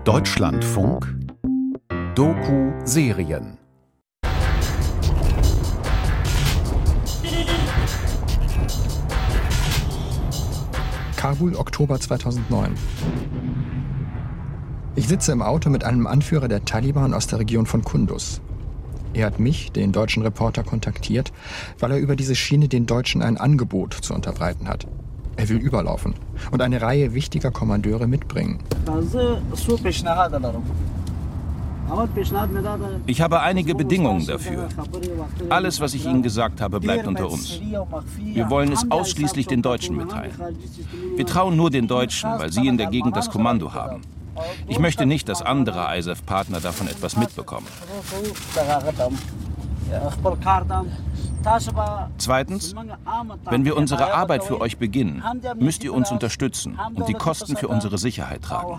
Deutschlandfunk Doku-Serien. Kabul, Oktober 2009. Ich sitze im Auto mit einem Anführer der Taliban aus der Region von Kunduz. Er hat mich, den deutschen Reporter, kontaktiert, weil er über diese Schiene den Deutschen ein Angebot zu unterbreiten hat. Er will überlaufen und eine Reihe wichtiger Kommandeure mitbringen. Ich habe einige Bedingungen dafür. Alles, was ich Ihnen gesagt habe, bleibt unter uns. Wir wollen es ausschließlich den Deutschen mitteilen. Wir trauen nur den Deutschen, weil sie in der Gegend das Kommando haben. Ich möchte nicht, dass andere ISAF-Partner davon etwas mitbekommen. Zweitens, wenn wir unsere Arbeit für euch beginnen, müsst ihr uns unterstützen und die Kosten für unsere Sicherheit tragen.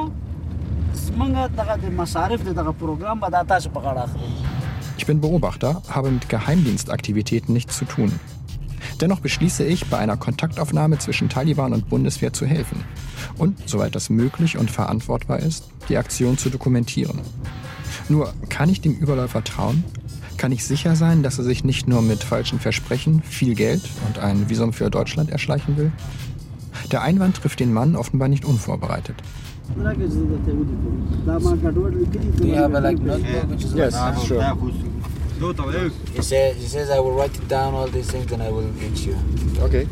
Ich bin Beobachter, habe mit Geheimdienstaktivitäten nichts zu tun. Dennoch beschließe ich, bei einer Kontaktaufnahme zwischen Taliban und Bundeswehr zu helfen und, soweit das möglich und verantwortbar ist, die Aktion zu dokumentieren. Nur, kann ich dem Überläufer trauen? Kann ich sicher sein, dass er sich nicht nur mit falschen Versprechen viel Geld und ein Visum für Deutschland erschleichen will? Der Einwand trifft den Mann offenbar nicht unvorbereitet. Yes, sure. He says I will write it down, all these things, and I will reach you. Okay.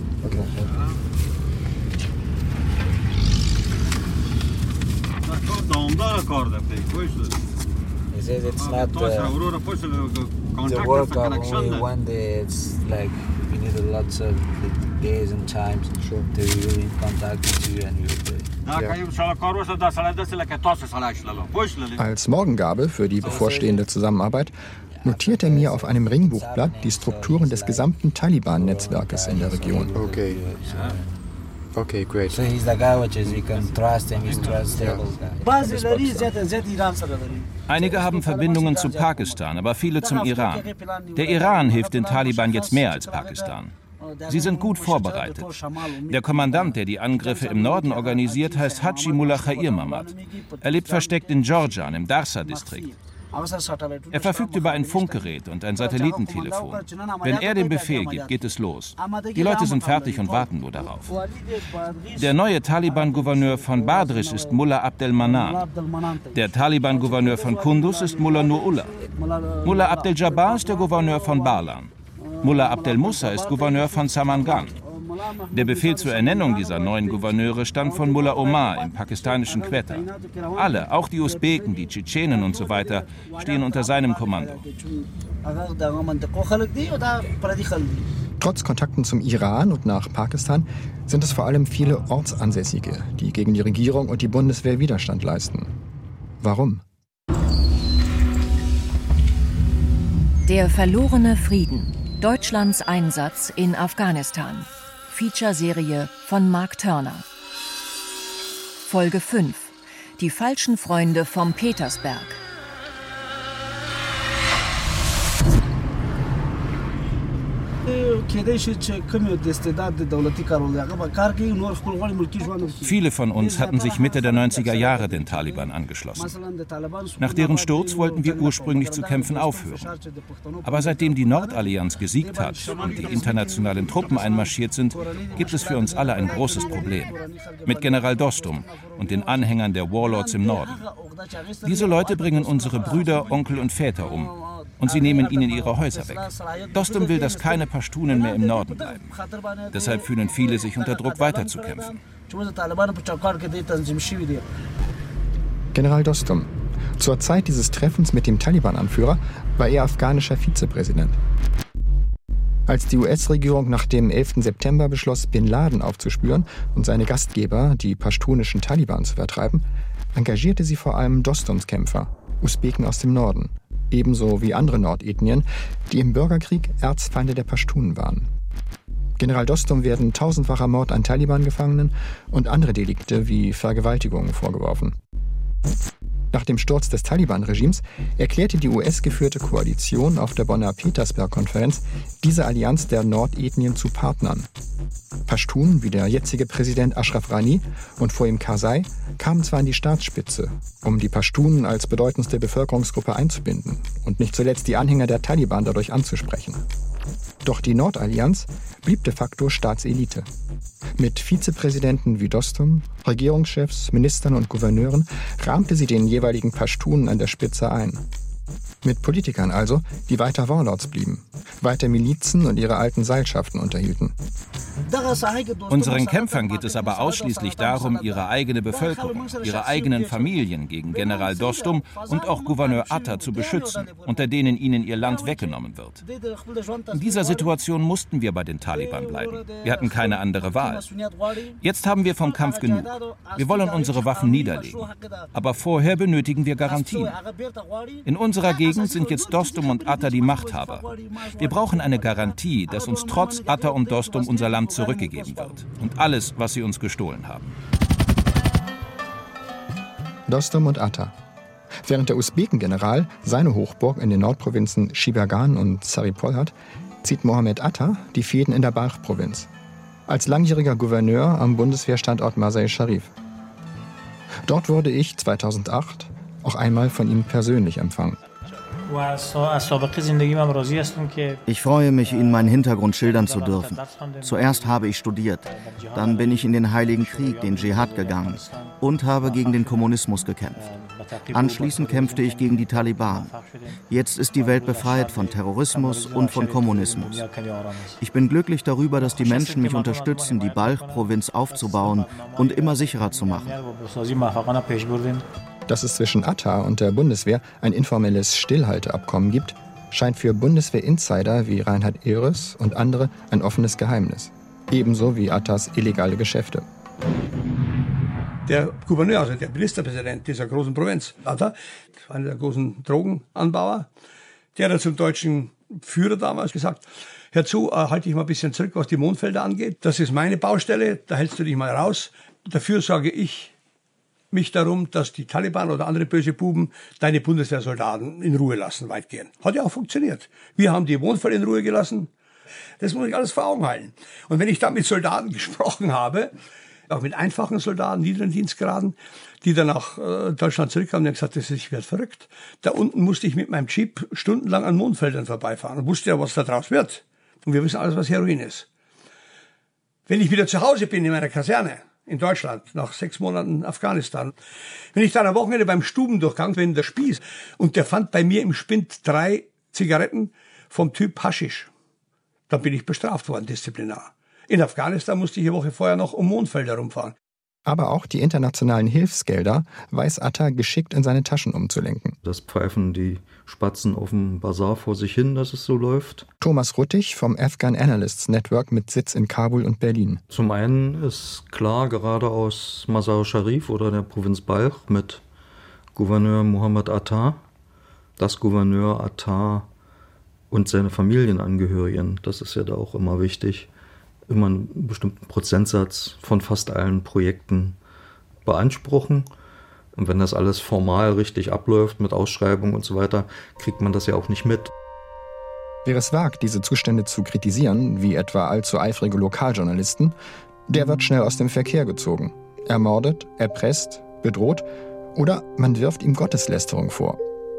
He says it's not the work of only one day. It's like we need lots of days and times to be in contact with you and you. Als Morgengabe für die bevorstehende Zusammenarbeit notiert er mir auf einem Ringbuchblatt die Strukturen des gesamten Taliban-Netzwerkes in der Region. Okay, great. So he's the guy which is you can trust him, he's trustable guy. Einige haben Verbindungen zu Pakistan, aber viele zum Iran. Der Iran hilft den Taliban jetzt mehr als Pakistan. Sie sind gut vorbereitet. Der Kommandant, der die Angriffe im Norden organisiert, heißt Haji Mullah Khair Mamad. Er lebt versteckt in Jorjan, im Darsa-Distrikt. Er verfügt über ein Funkgerät und ein Satellitentelefon. Wenn er den Befehl gibt, geht es los. Die Leute sind fertig und warten nur darauf. Der neue Taliban-Gouverneur von Badrisch ist Mullah Abdel Manan. Der Taliban-Gouverneur von Kunduz ist Mullah Nur-Ullah. Mullah Abdel Jabbar ist der Gouverneur von Barlan. Mullah Abdel Musa ist Gouverneur von Samangan. Der Befehl zur Ernennung dieser neuen Gouverneure stammt von Mullah Omar im pakistanischen Quetta. Alle, auch die Usbeken, die Tschetschenen und so weiter, stehen unter seinem Kommando. Trotz Kontakten zum Iran und nach Pakistan sind es vor allem viele Ortsansässige, die gegen die Regierung und die Bundeswehr Widerstand leisten. Warum? Der verlorene Frieden. Deutschlands Einsatz in Afghanistan. Feature-Serie von Mark Turner. Folge 5. Die falschen Freunde vom Petersberg. Viele von uns hatten sich Mitte der 90er Jahre den Taliban angeschlossen. Nach deren Sturz wollten wir ursprünglich zu kämpfen aufhören. Aber seitdem die Nordallianz gesiegt hat und die internationalen Truppen einmarschiert sind, gibt es für uns alle ein großes Problem. Mit General Dostum und den Anhängern der Warlords im Norden. Diese Leute bringen unsere Brüder, Onkel und Väter um. Und sie nehmen ihnen ihre Häuser weg. Dostum will, dass keine Pashtunen mehr im Norden bleiben. Deshalb fühlen viele sich unter Druck, weiterzukämpfen. General Dostum. Zur Zeit dieses Treffens mit dem Taliban-Anführer war er afghanischer Vizepräsident. Als die US-Regierung nach dem 11. September beschloss, Bin Laden aufzuspüren und seine Gastgeber, die pashtunischen Taliban, zu vertreiben, engagierte sie vor allem Dostums Kämpfer, Usbeken aus dem Norden. Ebenso wie andere Nordethnien, die im Bürgerkrieg Erzfeinde der Pashtunen waren. General Dostum werden tausendfacher Mord an Taliban-Gefangenen und andere Delikte wie Vergewaltigungen vorgeworfen. Nach dem Sturz des Taliban-Regimes erklärte die US-geführte Koalition auf der Bonner Petersberg-Konferenz diese Allianz der Nordethnien zu Partnern. Paschtun, wie der jetzige Präsident Ashraf Ghani und vor ihm Karzai, kamen zwar an die Staatsspitze, um die Pashtunen als bedeutendste Bevölkerungsgruppe einzubinden und nicht zuletzt die Anhänger der Taliban dadurch anzusprechen. Doch die Nordallianz blieb de facto Staatselite. Mit Vizepräsidenten wie Dostum, Regierungschefs, Ministern und Gouverneuren rahmte sie den jeweiligen Pashtunen an der Spitze ein. Mit Politikern also, die weiter Warlords blieben, weiter Milizen und ihre alten Seilschaften unterhielten. Unseren Kämpfern geht es aber ausschließlich darum, ihre eigene Bevölkerung, ihre eigenen Familien gegen General Dostum und auch Gouverneur Atta zu beschützen, unter denen ihnen ihr Land weggenommen wird. In dieser Situation mussten wir bei den Taliban bleiben. Wir hatten keine andere Wahl. Jetzt haben wir vom Kampf genug. Wir wollen unsere Waffen niederlegen. Aber vorher benötigen wir Garantien. In unserer Gegend sind jetzt Dostum und Atta die Machthaber. Wir brauchen eine Garantie, dass uns trotz Atta und Dostum unser Land zurückgegeben wird. Und alles, was sie uns gestohlen haben. Dostum und Atta. Während der Usbeken-General seine Hochburg in den Nordprovinzen Shibergan und Saripol hat, zieht Mohammed Atta die Fäden in der Balch-Provinz. Als langjähriger Gouverneur am Bundeswehrstandort Mazar-e-Sharif. Dort wurde ich 2008 auch einmal von ihm persönlich empfangen. Ich freue mich, Ihnen meinen Hintergrund schildern zu dürfen. Zuerst habe ich studiert, dann bin ich in den Heiligen Krieg, den Dschihad, gegangen und habe gegen den Kommunismus gekämpft. Anschließend kämpfte ich gegen die Taliban. Jetzt ist die Welt befreit von Terrorismus und von Kommunismus. Ich bin glücklich darüber, dass die Menschen mich unterstützen, die Balch-Provinz aufzubauen und immer sicherer zu machen. Dass es zwischen Atta und der Bundeswehr ein informelles Stillhalteabkommen gibt, scheint für Bundeswehr-Insider wie Reinhard Ehres und andere ein offenes Geheimnis. Ebenso wie Attas illegale Geschäfte. Der Gouverneur, also der Ministerpräsident dieser großen Provinz, Atta, einer der großen Drogenanbauer, der hat zum deutschen Führer damals gesagt, hör zu, halte dich mal ein bisschen zurück, was die Mondfelder angeht. Das ist meine Baustelle, da hältst du dich mal raus. Dafür sage ich mich darum, dass die Taliban oder andere böse Buben deine Bundeswehrsoldaten in Ruhe lassen, weitgehend. Hat ja auch funktioniert. Wir haben die Mondfelder in Ruhe gelassen. Das muss ich alles vor Augen halten. Und wenn ich da mit Soldaten gesprochen habe, auch mit einfachen Soldaten, niederen Dienstgraden, die dann nach Deutschland zurückkamen, die haben gesagt, ich werde verrückt. Da unten musste ich mit meinem Jeep stundenlang an Mondfeldern vorbeifahren und wusste ja, was da draus wird. Und wir wissen alles, was Heroin ist. Wenn ich wieder zu Hause bin in meiner Kaserne, in Deutschland, nach 6 Monaten Afghanistan. Wenn ich dann am Wochenende beim Stubendurchgang bin, der Spieß, und der fand bei mir im Spind 3 Zigaretten vom Typ Haschisch, dann bin ich bestraft worden, disziplinar. In Afghanistan musste ich eine Woche vorher noch um Mondfelder rumfahren. Aber auch die internationalen Hilfsgelder weiß Atta geschickt in seine Taschen umzulenken. Das pfeifen die Spatzen auf dem Bazar vor sich hin, dass es so läuft. Thomas Ruttig vom Afghan Analysts Network mit Sitz in Kabul und Berlin. Zum einen ist klar, gerade aus Mazar-e-Sharif oder der Provinz Balch mit Gouverneur Mohammed Atta, dass Gouverneur Atta und seine Familienangehörigen, das ist ja da auch immer wichtig, immer einen bestimmten Prozentsatz von fast allen Projekten beanspruchen. Und wenn das alles formal richtig abläuft mit Ausschreibung und so weiter, kriegt man das ja auch nicht mit. Wer es wagt, diese Zustände zu kritisieren, wie etwa allzu eifrige Lokaljournalisten, der wird schnell aus dem Verkehr gezogen. Ermordet, erpresst, bedroht oder man wirft ihm Gotteslästerung vor.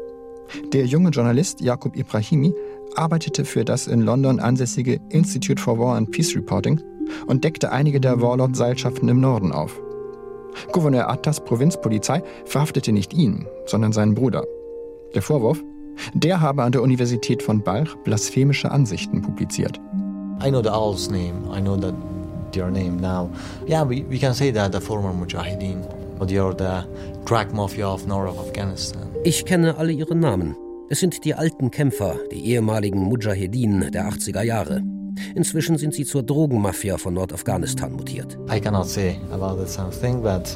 Der junge Journalist Yaqub Ibrahimi arbeitete für das in London ansässige Institute for War and Peace Reporting und deckte einige der Warlord-Seilschaften im Norden auf. Gouverneur Attas Provinzpolizei verhaftete nicht ihn, sondern seinen Bruder. Der Vorwurf? Der habe an der Universität von Balch blasphemische Ansichten publiziert. I know the owl's name. I know that their name now. Yeah, we can say that the former Mujahideen, or they are the drug mafia of North Afghanistan. Ich kenne alle ihre Namen. Es sind die alten Kämpfer, die ehemaligen Mujahedin der 80er Jahre. Inzwischen sind sie zur Drogenmafia von Nordafghanistan mutiert. I cannot say about that something, but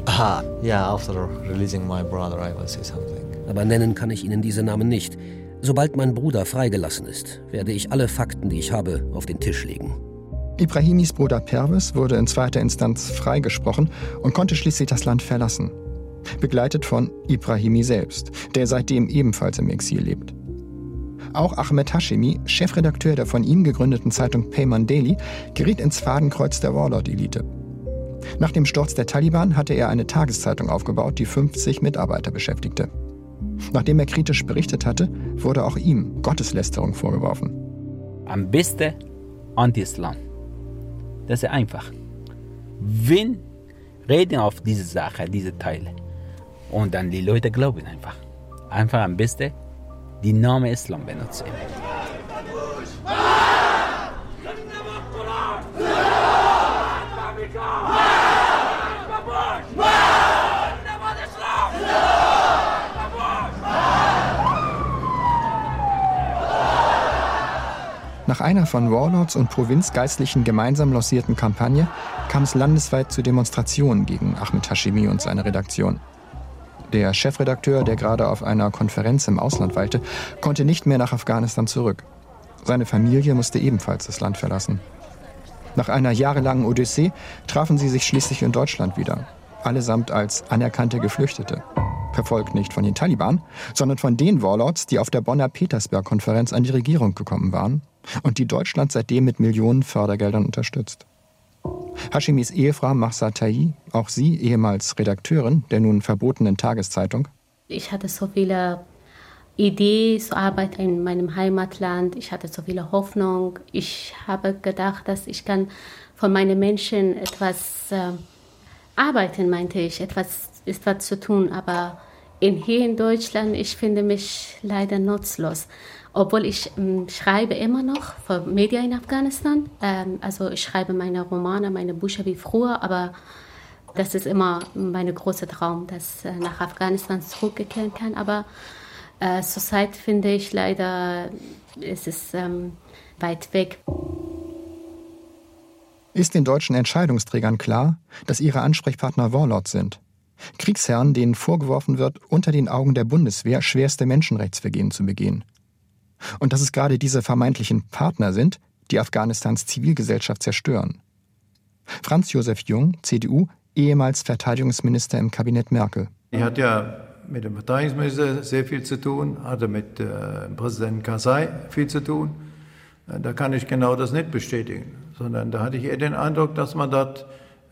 after releasing my brother, I will say something. Aber nennen kann ich Ihnen diese Namen nicht. Sobald mein Bruder freigelassen ist, werde ich alle Fakten, die ich habe, auf den Tisch legen. Ibrahimis Bruder Pervez wurde in 2. Instanz freigesprochen und konnte schließlich das Land verlassen. begleitet von Ibrahimi selbst, der seitdem ebenfalls im Exil lebt. Auch Ahmed Hashemi, Chefredakteur der von ihm gegründeten Zeitung Payman Daily, geriet ins Fadenkreuz der Warlord-Elite. Nach dem Sturz der Taliban hatte er eine Tageszeitung aufgebaut, die 50 Mitarbeiter beschäftigte. Nachdem er kritisch berichtet hatte, wurde auch ihm Gotteslästerung vorgeworfen. Am besten Anti-Islam. Das ist einfach. Wir reden auf diese Sache, diese Teile. Und dann die Leute glauben einfach. Einfach am besten die Namen Islam benutzen. Nach einer von Warlords und Provinzgeistlichen gemeinsam lancierten Kampagne kam es landesweit zu Demonstrationen gegen Ahmed Hashemi und seine Redaktion. Der Chefredakteur, der gerade auf einer Konferenz im Ausland weilte, konnte nicht mehr nach Afghanistan zurück. Seine Familie musste ebenfalls das Land verlassen. Nach einer jahrelangen Odyssee trafen sie sich schließlich in Deutschland wieder, allesamt als anerkannte Geflüchtete. Verfolgt nicht von den Taliban, sondern von den Warlords, die auf der Bonner Petersberg-Konferenz an die Regierung gekommen waren und die Deutschland seitdem mit Millionen Fördergeldern unterstützt. Hashemis Ehefrau Mahsa Tayi, auch sie ehemals Redakteurin der nun verbotenen Tageszeitung. Ich hatte so viele Ideen zu arbeiten in meinem Heimatland. Ich hatte so viele Hoffnung. Ich habe gedacht, dass ich kann von meinen Menschen etwas arbeiten, meinte ich, etwas zu tun. Aber hier in Deutschland, ich finde mich leider nutzlos. Obwohl ich schreibe immer noch für Medien in Afghanistan. Also ich schreibe meine Romane, meine Bücher wie früher, aber das ist immer mein großer Traum, dass ich nach Afghanistan zurückkehren kann. Aber zurzeit finde ich leider, es ist weit weg. Ist den deutschen Entscheidungsträgern klar, dass ihre Ansprechpartner Warlords sind? Kriegsherren, denen vorgeworfen wird, unter den Augen der Bundeswehr schwerste Menschenrechtsvergehen zu begehen. Und dass es gerade diese vermeintlichen Partner sind, die Afghanistans Zivilgesellschaft zerstören. Franz Josef Jung, CDU, ehemals Verteidigungsminister im Kabinett Merkel. Ich hatte ja mit dem Verteidigungsminister sehr viel zu tun, hatte mit Präsident Karzai viel zu tun. Da kann ich genau das nicht bestätigen, sondern da hatte ich eher den Eindruck, dass man dort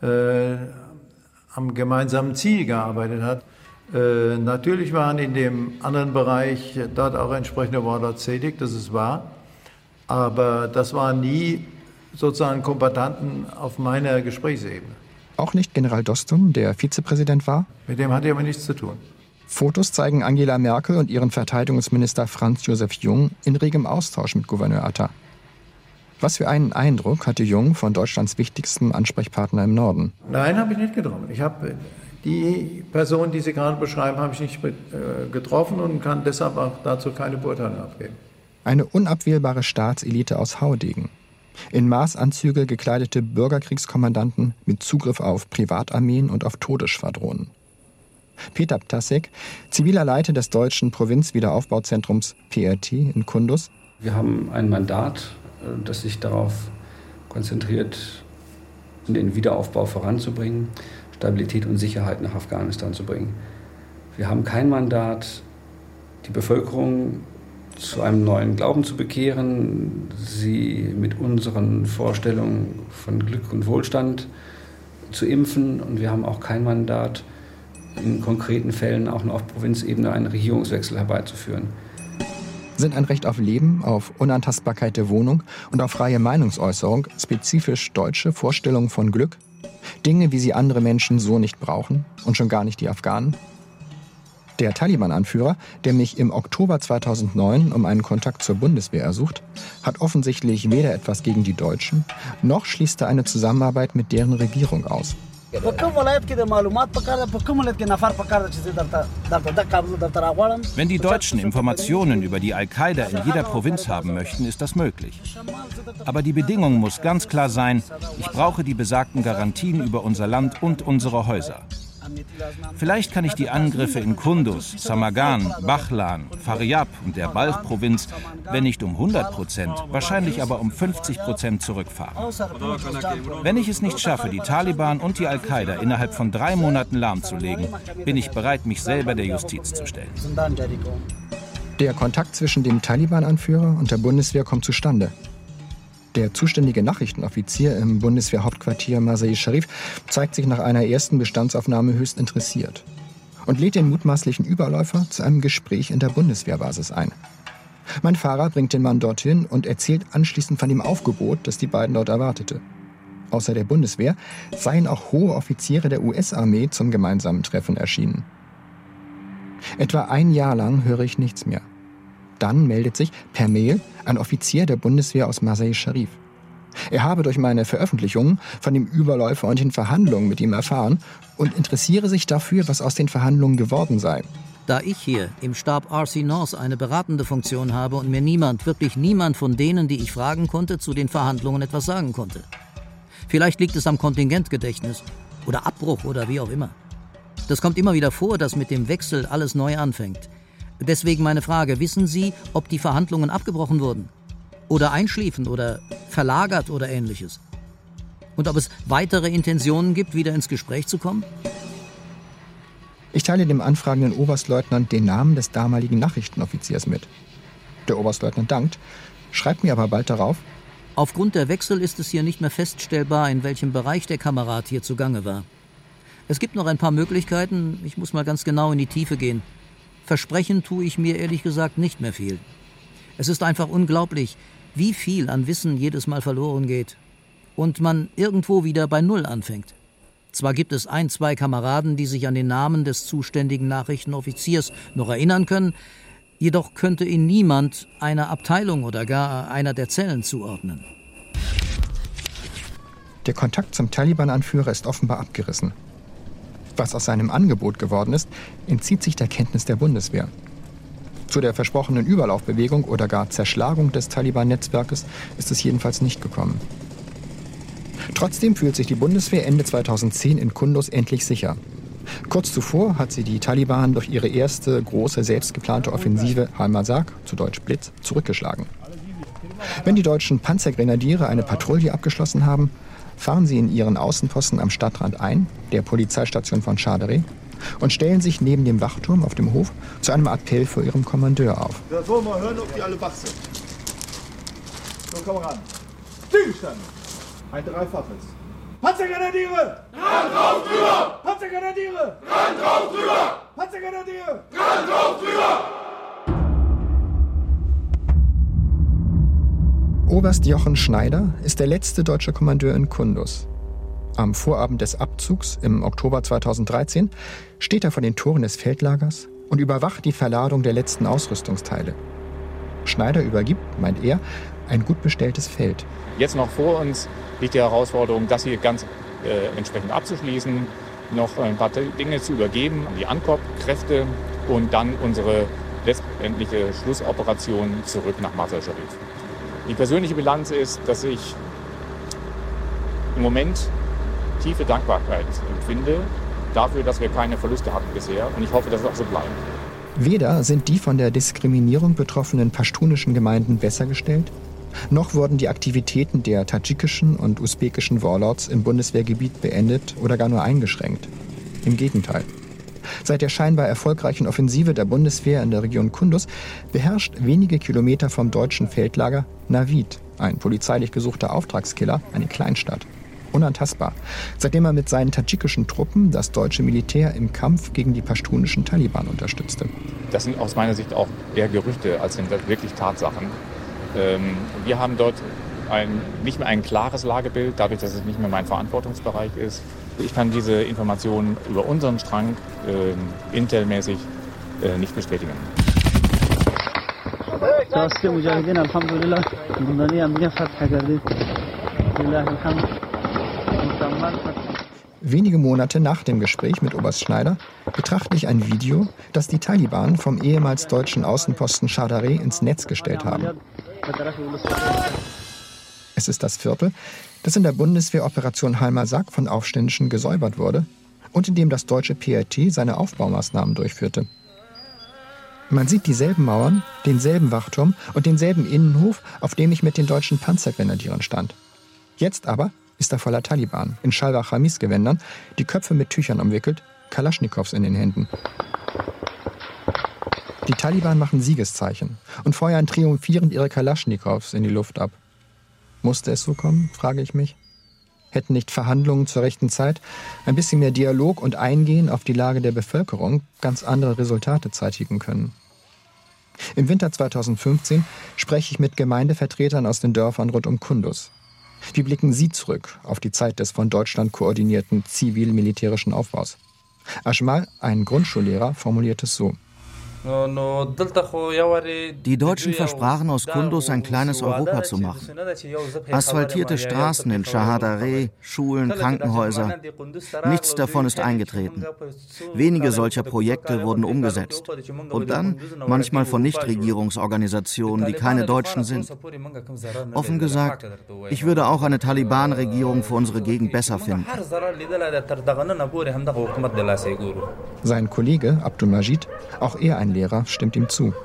am gemeinsamen Ziel gearbeitet hat. Natürlich waren in dem anderen Bereich dort auch entsprechende Warlords tätig, das ist wahr. Aber das waren nie sozusagen Kombattanten auf meiner Gesprächsebene. Auch nicht General Dostum, der Vizepräsident war? Mit dem hatte ich aber nichts zu tun. Fotos zeigen Angela Merkel und ihren Verteidigungsminister Franz Josef Jung in regem Austausch mit Gouverneur Atta. Was für einen Eindruck hatte Jung von Deutschlands wichtigstem Ansprechpartner im Norden? Nein, habe ich nicht getroffen. Ich habe die Person, die Sie gerade beschreiben, habe ich nicht getroffen und kann deshalb auch dazu keine Beurteilung abgeben. Eine unabwählbare Staatselite aus Haudegen. In Maßanzüge gekleidete Bürgerkriegskommandanten mit Zugriff auf Privatarmeen und auf Todesschwadronen. Peter Ptasek, ziviler Leiter des deutschen Provinzwiederaufbauzentrums PRT in Kunduz. Wir haben ein Mandat, das sich darauf konzentriert, den Wiederaufbau voranzubringen, Stabilität und Sicherheit nach Afghanistan zu bringen. Wir haben kein Mandat, die Bevölkerung zu einem neuen Glauben zu bekehren, sie mit unseren Vorstellungen von Glück und Wohlstand zu impfen. Und wir haben auch kein Mandat, in konkreten Fällen auch noch auf Provinzebene einen Regierungswechsel herbeizuführen. Sind ein Recht auf Leben, auf Unantastbarkeit der Wohnung und auf freie Meinungsäußerung spezifisch deutsche Vorstellungen von Glück? Dinge, wie sie andere Menschen so nicht brauchen und schon gar nicht die Afghanen? Der Taliban-Anführer, der mich im Oktober 2009 um einen Kontakt zur Bundeswehr ersucht, hat offensichtlich weder etwas gegen die Deutschen, noch schließt er eine Zusammenarbeit mit deren Regierung aus. Wenn die Deutschen Informationen über die Al-Qaida in jeder Provinz haben möchten, ist das möglich. Aber die Bedingung muss ganz klar sein, ich brauche die besagten Garantien über unser Land und unsere Häuser. Vielleicht kann ich die Angriffe in Kunduz, Samagan, Bachlan, Faryab und der Balch-Provinz, wenn nicht um 100%, wahrscheinlich aber um 50% zurückfahren. Wenn ich es nicht schaffe, die Taliban und die Al-Qaida innerhalb von 3 Monaten lahmzulegen, bin ich bereit, mich selber der Justiz zu stellen. Der Kontakt zwischen dem Taliban-Anführer und der Bundeswehr kommt zustande. Der zuständige Nachrichtenoffizier im Bundeswehrhauptquartier Mazar-i-Sharif zeigt sich nach einer ersten Bestandsaufnahme höchst interessiert und lädt den mutmaßlichen Überläufer zu einem Gespräch in der Bundeswehrbasis ein. Mein Fahrer bringt den Mann dorthin und erzählt anschließend von dem Aufgebot, das die beiden dort erwartete. Außer der Bundeswehr seien auch hohe Offiziere der US-Armee zum gemeinsamen Treffen erschienen. Etwa ein Jahr lang höre ich nichts mehr. Dann meldet sich per Mail ein Offizier der Bundeswehr aus Mazar-i-Sharif. Er habe durch meine Veröffentlichungen von dem Überläufer und den Verhandlungen mit ihm erfahren und interessiere sich dafür, was aus den Verhandlungen geworden sei. Da ich hier im Stab RC North eine beratende Funktion habe und mir wirklich niemand von denen, die ich fragen konnte, zu den Verhandlungen etwas sagen konnte. Vielleicht liegt es am Kontingentgedächtnis oder Abbruch oder wie auch immer. Das kommt immer wieder vor, dass mit dem Wechsel alles neu anfängt. Deswegen meine Frage, wissen Sie, ob die Verhandlungen abgebrochen wurden? Oder einschliefen oder verlagert oder Ähnliches? Und ob es weitere Intentionen gibt, wieder ins Gespräch zu kommen? Ich teile dem anfragenden Oberstleutnant den Namen des damaligen Nachrichtenoffiziers mit. Der Oberstleutnant dankt, schreibt mir aber bald darauf: Aufgrund der Wechsel ist es hier nicht mehr feststellbar, in welchem Bereich der Kamerad hier zugange war. Es gibt noch ein paar Möglichkeiten, ich muss mal ganz genau in die Tiefe gehen. Versprechen tue ich mir ehrlich gesagt nicht mehr viel. Es ist einfach unglaublich, wie viel an Wissen jedes Mal verloren geht und man irgendwo wieder bei Null anfängt. Zwar gibt es 1, 2 Kameraden, die sich an den Namen des zuständigen Nachrichtenoffiziers noch erinnern können, jedoch könnte ihn niemand einer Abteilung oder gar einer der Zellen zuordnen. Der Kontakt zum Taliban-Anführer ist offenbar abgerissen. Was aus seinem Angebot geworden ist, entzieht sich der Kenntnis der Bundeswehr. Zu der versprochenen Überlaufbewegung oder gar Zerschlagung des Taliban-Netzwerkes ist es jedenfalls nicht gekommen. Trotzdem fühlt sich die Bundeswehr Ende 2010 in Kunduz endlich sicher. Kurz zuvor hat sie die Taliban durch ihre erste große selbstgeplante Offensive Halmasak, zu Deutsch Blitz, zurückgeschlagen. Wenn die deutschen Panzergrenadiere eine Patrouille abgeschlossen haben, fahren sie in ihren Außenposten am Stadtrand ein, der Polizeistation von Chardare, und stellen sich neben dem Wachturm auf dem Hof zu einem Appell vor ihrem Kommandeur auf. Da wollen wir hören, ob die alle wach sind. So, Kameraden. Stillgestanden. Ein Dreifaches. Panzergrenadiere! Ran drauf drüber! Panzergrenadiere! Ran drauf drüber! Panzergrenadiere! Ran drauf drüber! Oberst Jochen Schneider ist der letzte deutsche Kommandeur in Kunduz. Am Vorabend des Abzugs im Oktober 2013 steht er vor den Toren des Feldlagers und überwacht die Verladung der letzten Ausrüstungsteile. Schneider übergibt, meint er, ein gut bestelltes Feld. Jetzt noch vor uns liegt die Herausforderung, das hier ganz entsprechend abzuschließen, noch ein paar Dinge zu übergeben an die Ankop-Kräfte und dann unsere letztendliche Schlussoperation zurück nach Mazar-i-Sharif. Die persönliche Bilanz ist, dass ich im Moment tiefe Dankbarkeit empfinde dafür, dass wir keine Verluste hatten bisher. Und ich hoffe, dass es auch so bleibt. Weder sind die von der Diskriminierung betroffenen paschtunischen Gemeinden besser gestellt, noch wurden die Aktivitäten der tadschikischen und usbekischen Warlords im Bundeswehrgebiet beendet oder gar nur eingeschränkt. Im Gegenteil. Seit der scheinbar erfolgreichen Offensive der Bundeswehr in der Region Kunduz beherrscht wenige Kilometer vom deutschen Feldlager Navid, ein polizeilich gesuchter Auftragskiller, eine Kleinstadt. Unantastbar, seitdem er mit seinen tadschikischen Truppen das deutsche Militär im Kampf gegen die paschtunischen Taliban unterstützte. Das sind aus meiner Sicht auch eher Gerüchte, als sind das wirklich Tatsachen. Wir haben dort nicht mehr ein klares Lagebild, dadurch, dass es nicht mehr mein Verantwortungsbereich ist. Ich kann diese Informationen über unseren Strang intelmäßig nicht bestätigen. Wenige Monate nach dem Gespräch mit Oberst Schneider betrachte ich ein Video, das die Taliban vom ehemals deutschen Außenposten Chardare ins Netz gestellt haben. Es ist das Viertel, das in der Bundeswehroperation Halmasak von Aufständischen gesäubert wurde und in dem das deutsche PRT seine Aufbaumaßnahmen durchführte. Man sieht dieselben Mauern, denselben Wachturm und denselben Innenhof, auf dem ich mit den deutschen Panzergrenadieren stand. Jetzt aber ist er voller Taliban, in Schalwar-Chamis-Gewändern, die Köpfe mit Tüchern umwickelt, Kalaschnikows in den Händen. Die Taliban machen Siegeszeichen und feuern triumphierend ihre Kalaschnikows in die Luft ab. Musste es so kommen, frage ich mich. Hätten nicht Verhandlungen zur rechten Zeit, ein bisschen mehr Dialog und Eingehen auf die Lage der Bevölkerung ganz andere Resultate zeitigen können? Im Winter 2015 spreche ich mit Gemeindevertretern aus den Dörfern rund um Kunduz. Wie blicken sie zurück auf die Zeit des von Deutschland koordinierten zivil-militärischen Aufbaus? Ajmal, ein Grundschullehrer, formuliert es so: Die Deutschen versprachen aus Kunduz ein kleines Europa zu machen. Asphaltierte Straßen in Shahadare, Schulen, Krankenhäuser. Nichts davon ist eingetreten. Wenige solcher Projekte wurden umgesetzt. Und dann manchmal von Nichtregierungsorganisationen, die keine Deutschen sind. Offen gesagt, ich würde auch eine Taliban-Regierung für unsere Gegend besser finden. Sein Kollege Abdul Majid, auch er ein Lehrer, stimmt ihm zu.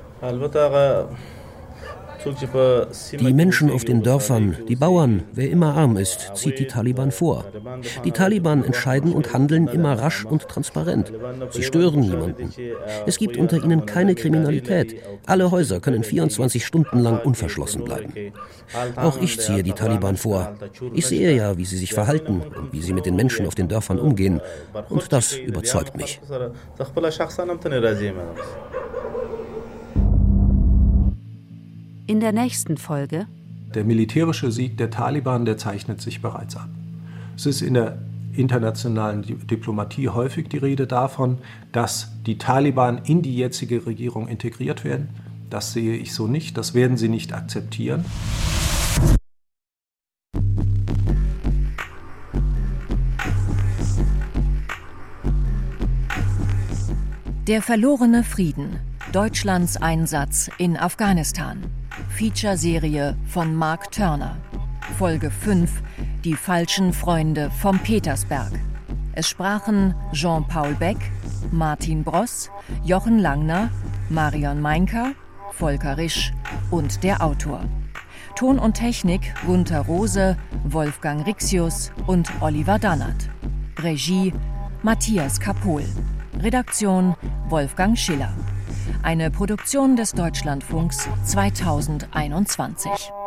Die Menschen auf den Dörfern, die Bauern, wer immer arm ist, zieht die Taliban vor. Die Taliban entscheiden und handeln immer rasch und transparent. Sie stören niemanden. Es gibt unter ihnen keine Kriminalität. Alle Häuser können 24 Stunden lang unverschlossen bleiben. Auch ich ziehe die Taliban vor. Ich sehe ja, wie sie sich verhalten und wie sie mit den Menschen auf den Dörfern umgehen. Und das überzeugt mich. In der nächsten Folge: Der militärische Sieg der Taliban, der zeichnet sich bereits ab. Es ist in der internationalen Diplomatie häufig die Rede davon, dass die Taliban in die jetzige Regierung integriert werden. Das sehe ich so nicht, das werden sie nicht akzeptieren. Der verlorene Frieden. Deutschlands Einsatz in Afghanistan. Feature-Serie von Mark Turner. Folge 5: Die falschen Freunde vom Petersberg. Es sprachen Jean-Paul Beck, Martin Bross, Jochen Langner, Marion Meinker, Volker Risch und der Autor. Ton und Technik Gunther Rose, Wolfgang Rixius und Oliver Dannert. Regie Matthias Kapohl. Redaktion Wolfgang Schiller. Eine Produktion des Deutschlandfunks 2021.